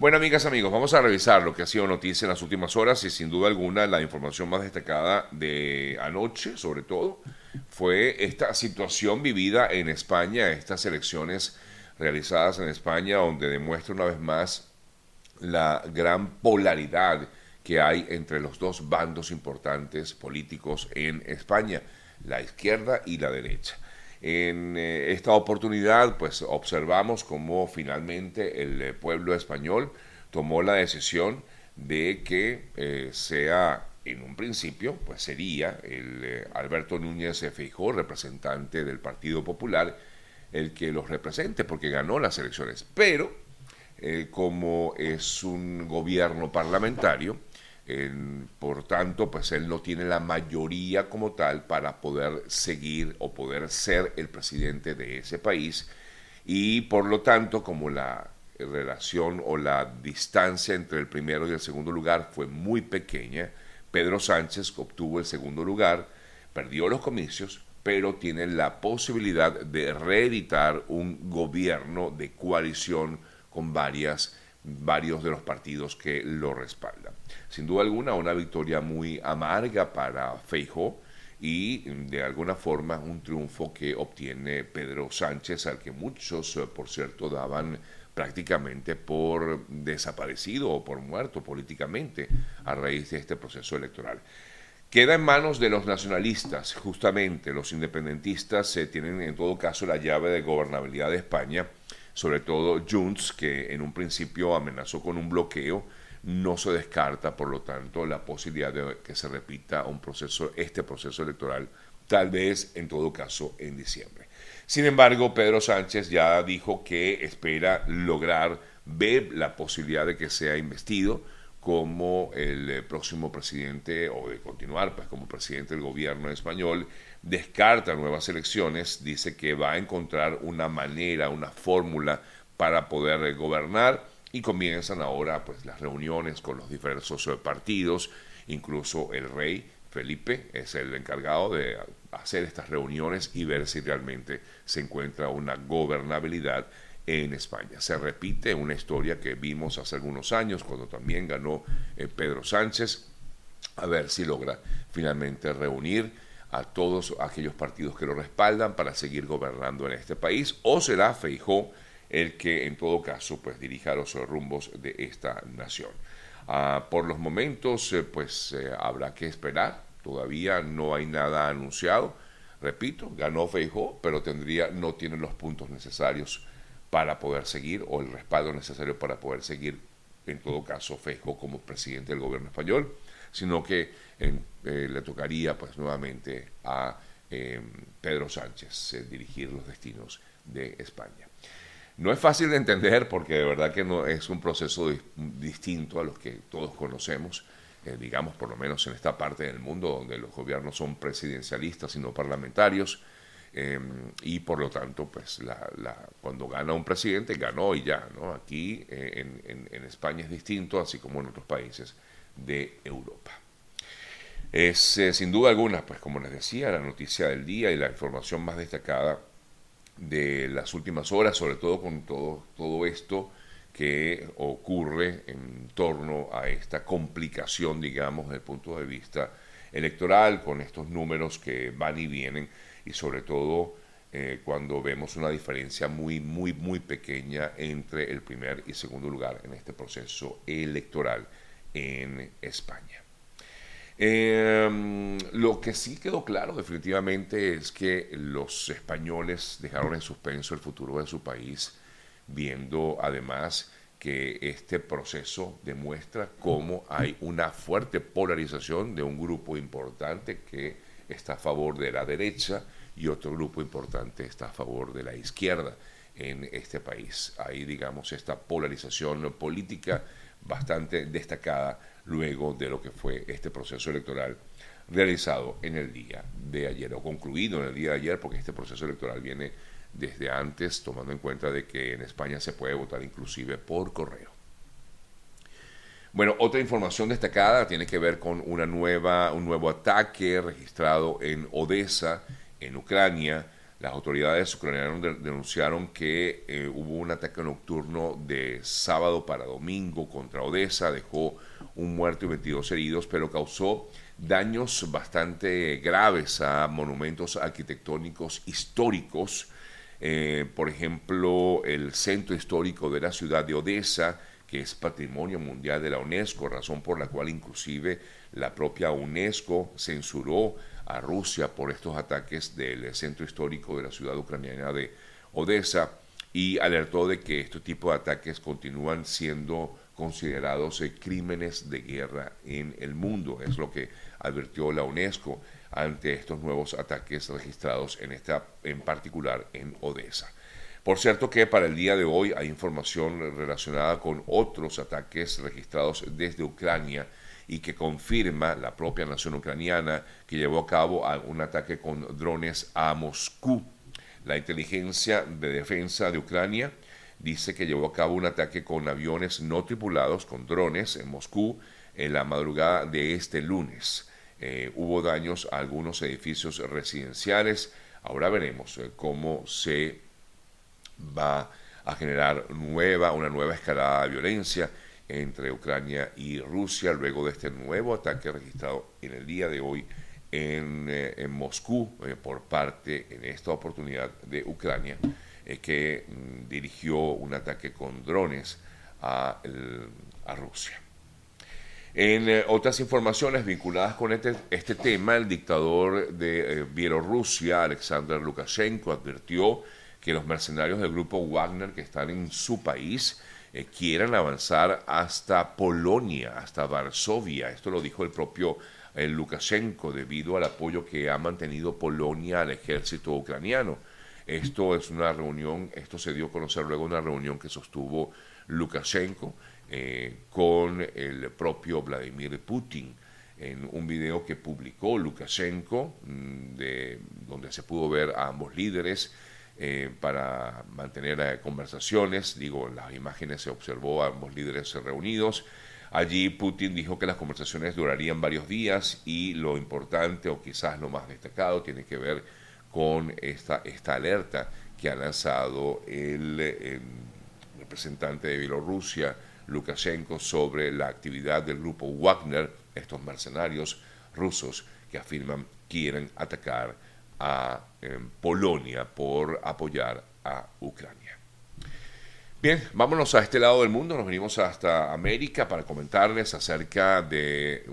Bueno, amigas, amigos, vamos a revisar lo que ha sido noticia en las últimas horas y sin duda alguna la información más destacada de anoche, sobre todo, fue esta situación vivida en España, estas elecciones realizadas en España, donde demuestra una vez más la gran polaridad que hay entre los dos bandos importantes políticos en España, la izquierda y la derecha. En esta oportunidad, pues observamos cómo finalmente el pueblo español tomó la decisión de que sea, en un principio, pues sería el Alberto Núñez Feijóo, representante del Partido Popular, el que los represente, porque ganó las elecciones. Pero, como es un gobierno parlamentario, por tanto, pues él no tiene la mayoría como tal para poder seguir o poder ser el presidente de ese país y por lo tanto, como la relación o la distancia entre el primero y el segundo lugar fue muy pequeña, Pedro Sánchez obtuvo el segundo lugar, perdió los comicios, pero tiene la posibilidad de reeditar un gobierno de coalición con varios de los partidos que lo respaldan. Sin duda alguna, una victoria muy amarga para Feijóo y de alguna forma un triunfo que obtiene Pedro Sánchez, al que muchos, por cierto, daban prácticamente por desaparecido o por muerto políticamente a raíz de este proceso electoral. Queda en manos de los nacionalistas, justamente los independentistas tienen en todo caso la llave de gobernabilidad de España, sobre todo Junts, que en un principio amenazó con un bloqueo. No se descarta, por lo tanto, la posibilidad de que se repita este proceso electoral, tal vez en todo caso en diciembre. Sin embargo, Pedro Sánchez ya dijo que espera lograr ver la posibilidad de que sea investido como el próximo presidente o de continuar pues, como presidente del gobierno español. Descarta nuevas elecciones, dice que va a encontrar una manera, una fórmula para poder gobernar y comienzan ahora pues las reuniones con los diversos partidos, incluso el rey Felipe es el encargado de hacer estas reuniones y ver si realmente se encuentra una gobernabilidad en España. Se repite una historia que vimos hace algunos años cuando también ganó Pedro Sánchez, a ver si logra finalmente reunir a todos aquellos partidos que lo respaldan para seguir gobernando en este país, o será Feijóo el que en todo caso pues dirija los rumbos de esta nación. Por los momentos habrá que esperar, todavía no hay nada anunciado, repito, ganó Feijóo, pero no tiene los puntos necesarios para poder seguir o el respaldo necesario para poder seguir en todo caso Feijóo como presidente del gobierno español, sino que le tocaría pues nuevamente a Pedro Sánchez dirigir los destinos de España. No es fácil de entender porque de verdad que no es un proceso distinto a los que todos conocemos, digamos por lo menos en esta parte del mundo donde los gobiernos son presidencialistas y no parlamentarios, y por lo tanto pues cuando gana un presidente ganó y ya, ¿no? Aquí en España es distinto, así como en otros países de Europa. Es sin duda alguna, pues como les decía, la noticia del día y la información más destacada de las últimas horas, sobre todo con todo esto que ocurre en torno a esta complicación, digamos, desde el punto de vista electoral, con estos números que van y vienen, y sobre todo cuando vemos una diferencia muy pequeña entre el primer y segundo lugar en este proceso electoral en España. Lo que sí quedó claro definitivamente es que los españoles dejaron en suspenso el futuro de su país, viendo además que este proceso demuestra cómo hay una fuerte polarización de un grupo importante que está a favor de la derecha y otro grupo importante está a favor de la izquierda en este país. Hay, digamos, esta polarización política bastante destacada luego de lo que fue este proceso electoral realizado en el día de ayer, o concluido en el día de ayer, porque este proceso electoral viene desde antes, tomando en cuenta de que en España se puede votar inclusive por correo. Bueno, otra información destacada tiene que ver con un nuevo ataque registrado en Odessa, en Ucrania. Las autoridades ucranianas denunciaron que hubo un ataque nocturno de sábado para domingo contra Odessa, dejó un muerto y 22 heridos, pero causó daños bastante graves a monumentos arquitectónicos históricos. Por ejemplo, el centro histórico de la ciudad de Odessa, que es Patrimonio Mundial de la UNESCO, razón por la cual inclusive la propia UNESCO censuró a Rusia por estos ataques del centro histórico de la ciudad ucraniana de Odessa, y alertó de que este tipo de ataques continúan siendo considerados crímenes de guerra en el mundo. Es lo que advirtió la UNESCO ante estos nuevos ataques registrados en particular en Odessa. Por cierto que para el día de hoy hay información relacionada con otros ataques registrados desde Ucrania y que confirma la propia nación ucraniana que llevó a cabo un ataque con drones a Moscú. La inteligencia de defensa de Ucrania dice que llevó a cabo un ataque con aviones no tripulados, con drones, en Moscú en la madrugada de este lunes. Hubo daños a algunos edificios residenciales. Ahora veremos cómo se va a generar una nueva escalada de violencia entre Ucrania y Rusia luego de este nuevo ataque registrado en el día de hoy en Moscú por parte, en esta oportunidad, de Ucrania, que dirigió un ataque con drones a Rusia. En otras informaciones vinculadas con este tema, el dictador de Bielorrusia, Alexander Lukashenko, advirtió que los mercenarios del grupo Wagner que están en su país quieran avanzar hasta Polonia, hasta Varsovia. Esto lo dijo el propio Lukashenko debido al apoyo que ha mantenido Polonia al ejército ucraniano. Esto se dio a conocer luego de una reunión que sostuvo Lukashenko con el propio Vladimir Putin. En un video que publicó Lukashenko, donde se pudo ver a ambos líderes para mantener conversaciones. En las imágenes se observó a ambos líderes reunidos. Allí Putin dijo que las conversaciones durarían varios días y lo importante, o quizás lo más destacado, tiene que ver con esta alerta que ha lanzado el representante de Bielorrusia, Lukashenko, sobre la actividad del grupo Wagner, estos mercenarios rusos que afirman quieren atacar a Polonia por apoyar a Ucrania. Bien, vámonos a este lado del mundo, nos venimos hasta América para comentarles acerca de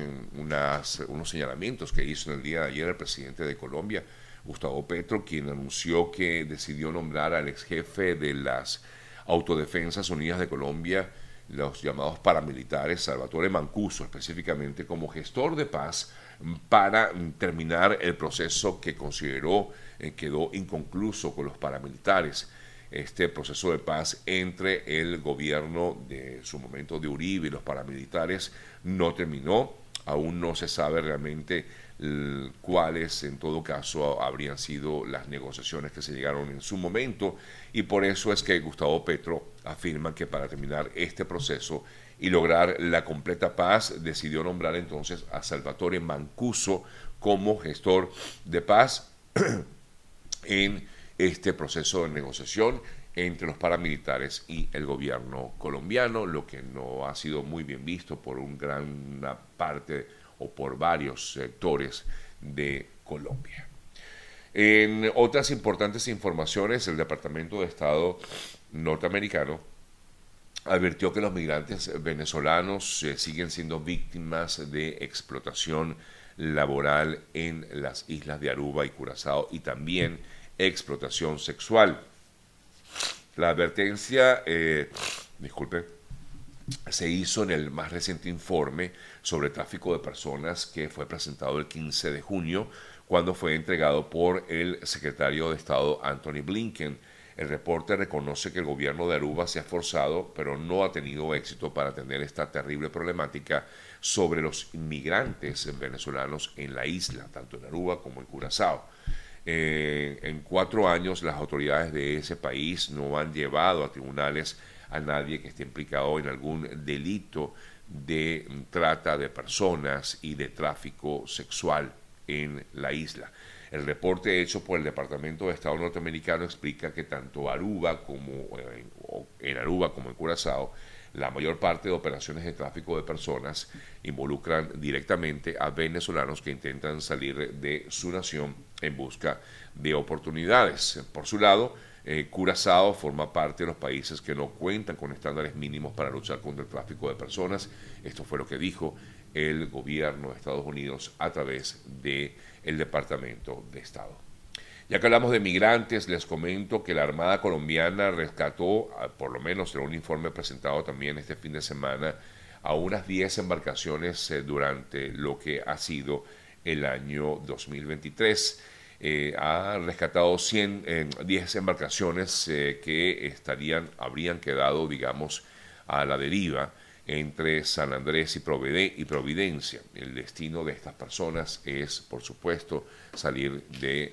unos señalamientos que hizo en el día de ayer el presidente de Colombia, Gustavo Petro, quien anunció que decidió nombrar al ex jefe de las Autodefensas Unidas de Colombia, los llamados paramilitares, Salvatore Mancuso, específicamente como gestor de paz para terminar el proceso que consideró quedó inconcluso con los paramilitares. Este proceso de paz entre el gobierno de su momento de Uribe y los paramilitares no terminó. Aún no se sabe realmente cuáles, en todo caso, habrían sido las negociaciones que se llegaron en su momento, y por eso es que Gustavo Petro afirma que para terminar este proceso y lograr la completa paz, decidió nombrar entonces a Salvatore Mancuso como gestor de paz en este proceso de negociación entre los paramilitares y el gobierno colombiano, lo que no ha sido muy bien visto por una parte o por varios sectores de Colombia. En otras importantes informaciones, el Departamento de Estado norteamericano advirtió que los migrantes venezolanos siguen siendo víctimas de explotación laboral en las islas de Aruba y Curazao, y también explotación sexual. La advertencia, se hizo en el más reciente informe sobre tráfico de personas que fue presentado el 15 de junio, cuando fue entregado por el secretario de Estado Anthony Blinken. El reporte reconoce que el gobierno de Aruba se ha esforzado, pero no ha tenido éxito para atender esta terrible problemática sobre los inmigrantes venezolanos en la isla, tanto en Aruba como en Curazao. En 4 años las autoridades de ese país no han llevado a tribunales a nadie que esté implicado en algún delito de trata de personas y de tráfico sexual en la isla. El reporte hecho por el Departamento de Estado norteamericano explica que tanto Aruba como en Aruba como en Curazao, la mayor parte de operaciones de tráfico de personas involucran directamente a venezolanos que intentan salir de su nación en busca de oportunidades. Por su lado, Curazao forma parte de los países que no cuentan con estándares mínimos para luchar contra el tráfico de personas. Esto fue lo que dijo el gobierno de Estados Unidos a través del Departamento de Estado. Ya que hablamos de migrantes, les comento que la Armada colombiana rescató, por lo menos en un informe presentado también este fin de semana, a unas 10 embarcaciones durante lo que ha sido el año 2023. Ha rescatado 10 embarcaciones que habrían quedado, digamos, a la deriva entre San Andrés y Providencia. El destino de estas personas es, por supuesto, salir de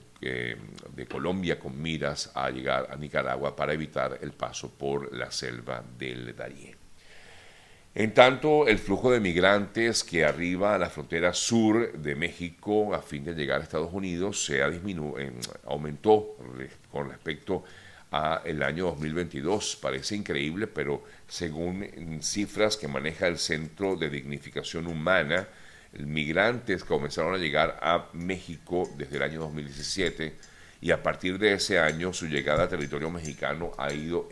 Colombia con miras a llegar a Nicaragua para evitar el paso por la selva del Darién. En tanto, el flujo de migrantes que arriba a la frontera sur de México a fin de llegar a Estados Unidos aumentó con respecto a el año 2022. Parece increíble, pero según cifras que maneja el Centro de Dignificación Humana, migrantes comenzaron a llegar a México desde el año 2017 y a partir de ese año su llegada a territorio mexicano ha ido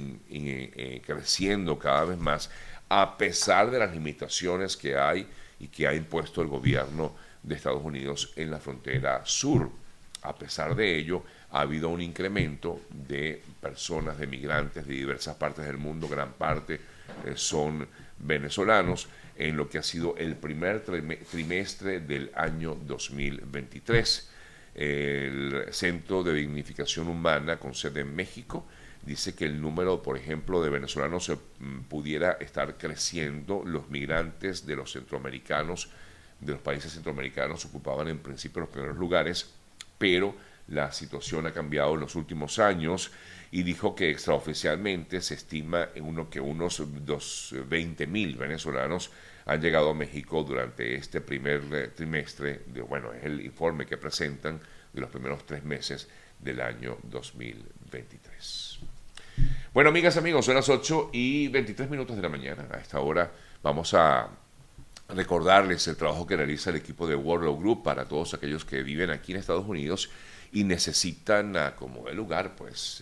creciendo cada vez más, a pesar de las limitaciones que hay y que ha impuesto el gobierno de Estados Unidos en la frontera sur. A pesar de ello, ha habido un incremento de personas, de migrantes de diversas partes del mundo, gran parte son venezolanos, en lo que ha sido el primer trimestre del año 2023. El Centro de Dignificación Humana, con sede en México, dice que el número, por ejemplo, de venezolanos pudiera estar creciendo. Los migrantes de los centroamericanos, de los países centroamericanos, ocupaban en principio los primeros lugares, pero la situación ha cambiado en los últimos años y dijo que extraoficialmente se estima que unos 20.000 venezolanos han llegado a México durante este primer trimestre. Es el informe que presentan de los primeros 3 meses del año 2023. Bueno, amigas, amigos, son las 8:23 de la mañana. A esta hora vamos a recordarles el trabajo que realiza el equipo de World Group para todos aquellos que viven aquí en Estados Unidos y necesitan, como de lugar, pues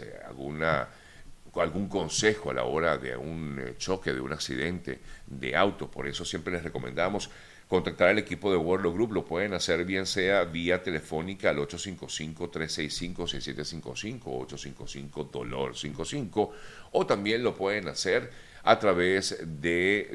algún consejo a la hora de un choque, de un accidente de auto. Por eso siempre les recomendamos contactar al equipo de World Group. Lo pueden hacer bien sea vía telefónica al 855-365-6755, 855-DOLOR55, o también lo pueden hacer a través de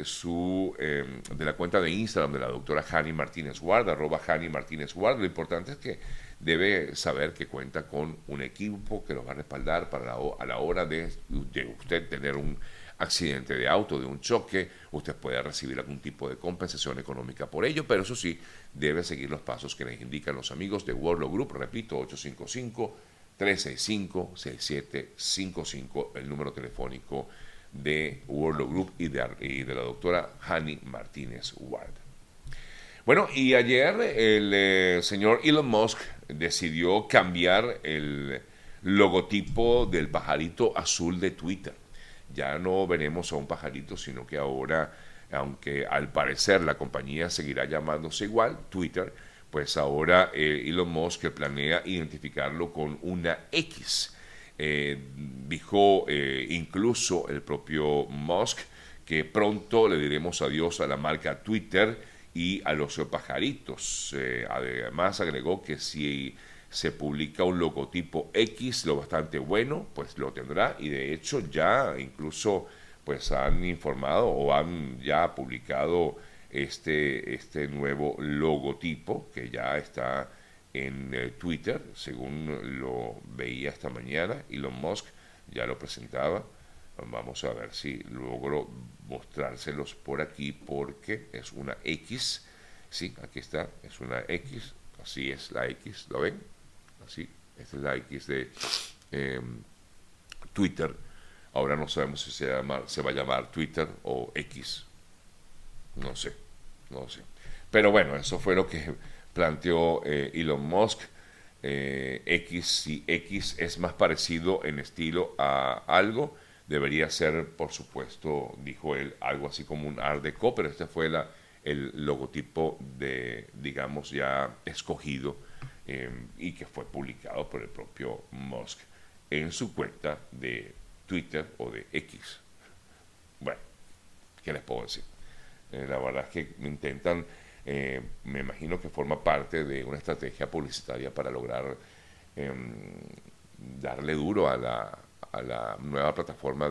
de la cuenta de Instagram de la doctora Hani Martínez Ward, @Hani Martínez Ward. Lo importante es que debe saber que cuenta con un equipo que los va a respaldar a la hora de usted tener un accidente de auto, de un choque. Usted puede recibir algún tipo de compensación económica por ello, pero eso sí, debe seguir los pasos que les indican los amigos de World Group. Repito, 855-365-6755, el número telefónico de World Group y de la doctora Hani Martínez Ward. Bueno, y ayer el señor Elon Musk decidió cambiar el logotipo del pajarito azul de Twitter. Ya no veremos a un pajarito, sino que ahora, aunque al parecer la compañía seguirá llamándose igual, Twitter, pues ahora Elon Musk planea identificarlo con una X. Dijo incluso el propio Musk que pronto le diremos adiós a la marca Twitter y a los pajaritos. Además agregó que si se publica un logotipo X, lo bastante bueno, pues lo tendrá, y de hecho ya incluso pues han informado o han ya publicado este nuevo logotipo que ya está en Twitter, según lo veía esta mañana. Elon Musk ya lo presentaba. Vamos a ver si logro mostrárselos por aquí, porque es una X. Sí, aquí está, es una X. Así es la X, ¿lo ven? Así, esta es la X de Twitter. Ahora no sabemos si se va a llamar Twitter o X. No sé. Pero bueno, eso fue lo que planteó Elon Musk. Si X es más parecido en estilo a algo, debería ser, por supuesto, dijo él, algo así como un Art Deco, pero este fue el logotipo de, digamos, ya escogido y que fue publicado por el propio Musk en su cuenta de Twitter o de X. Bueno, ¿qué les puedo decir? La verdad es que intentan, me imagino que forma parte de una estrategia publicitaria para lograr eh, darle duro a la nueva plataforma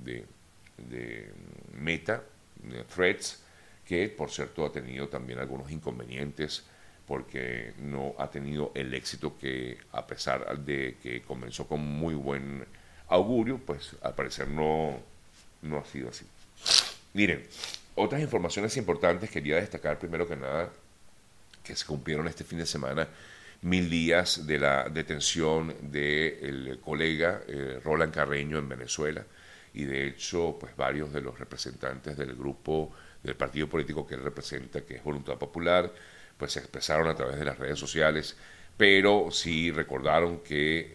de Meta, de Threads, que por cierto ha tenido también algunos inconvenientes porque no ha tenido el éxito que, a pesar de que comenzó con muy buen augurio, pues al parecer no ha sido así. Miren, otras informaciones importantes quería destacar primero que nada que se cumplieron este fin de semana 1000 días de la detención del colega Roland Carreño en Venezuela y de hecho pues varios de los representantes del grupo del partido político que él representa, que es Voluntad Popular, pues se expresaron a través de las redes sociales, pero sí recordaron que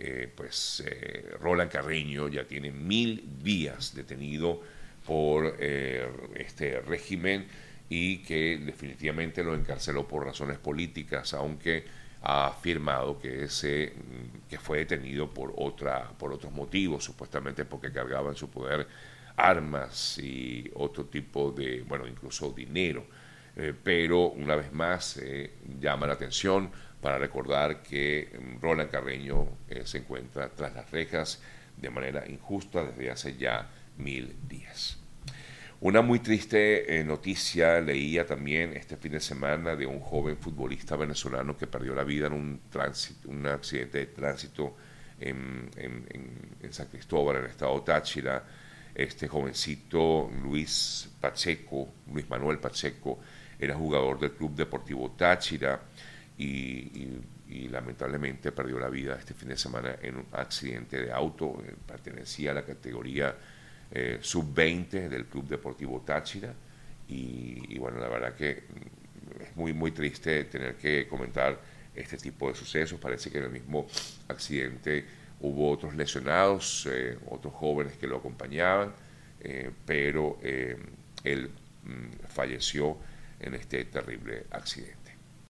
Roland Carreño ya tiene 1000 días detenido por este régimen y que definitivamente lo encarceló por razones políticas, aunque ha afirmado que fue detenido por otros motivos, supuestamente porque cargaba en su poder armas y otro tipo de, bueno, incluso dinero. Pero una vez más llama la atención para recordar que Roland Carreño se encuentra tras las rejas de manera injusta desde hace ya 1000 días. Una muy triste noticia leía también este fin de semana de un joven futbolista venezolano que perdió la vida en un accidente de tránsito en San Cristóbal, en el estado Táchira. Este jovencito Luis Manuel Pacheco, era jugador del Club Deportivo Táchira y lamentablemente perdió la vida este fin de semana en un accidente de auto. Pertenecía a la categoría sub-20 del Club Deportivo Táchira y bueno, la verdad que es muy muy triste tener que comentar este tipo de sucesos. Parece que en el mismo accidente hubo otros lesionados, otros jóvenes que lo acompañaban, pero él falleció en este terrible accidente.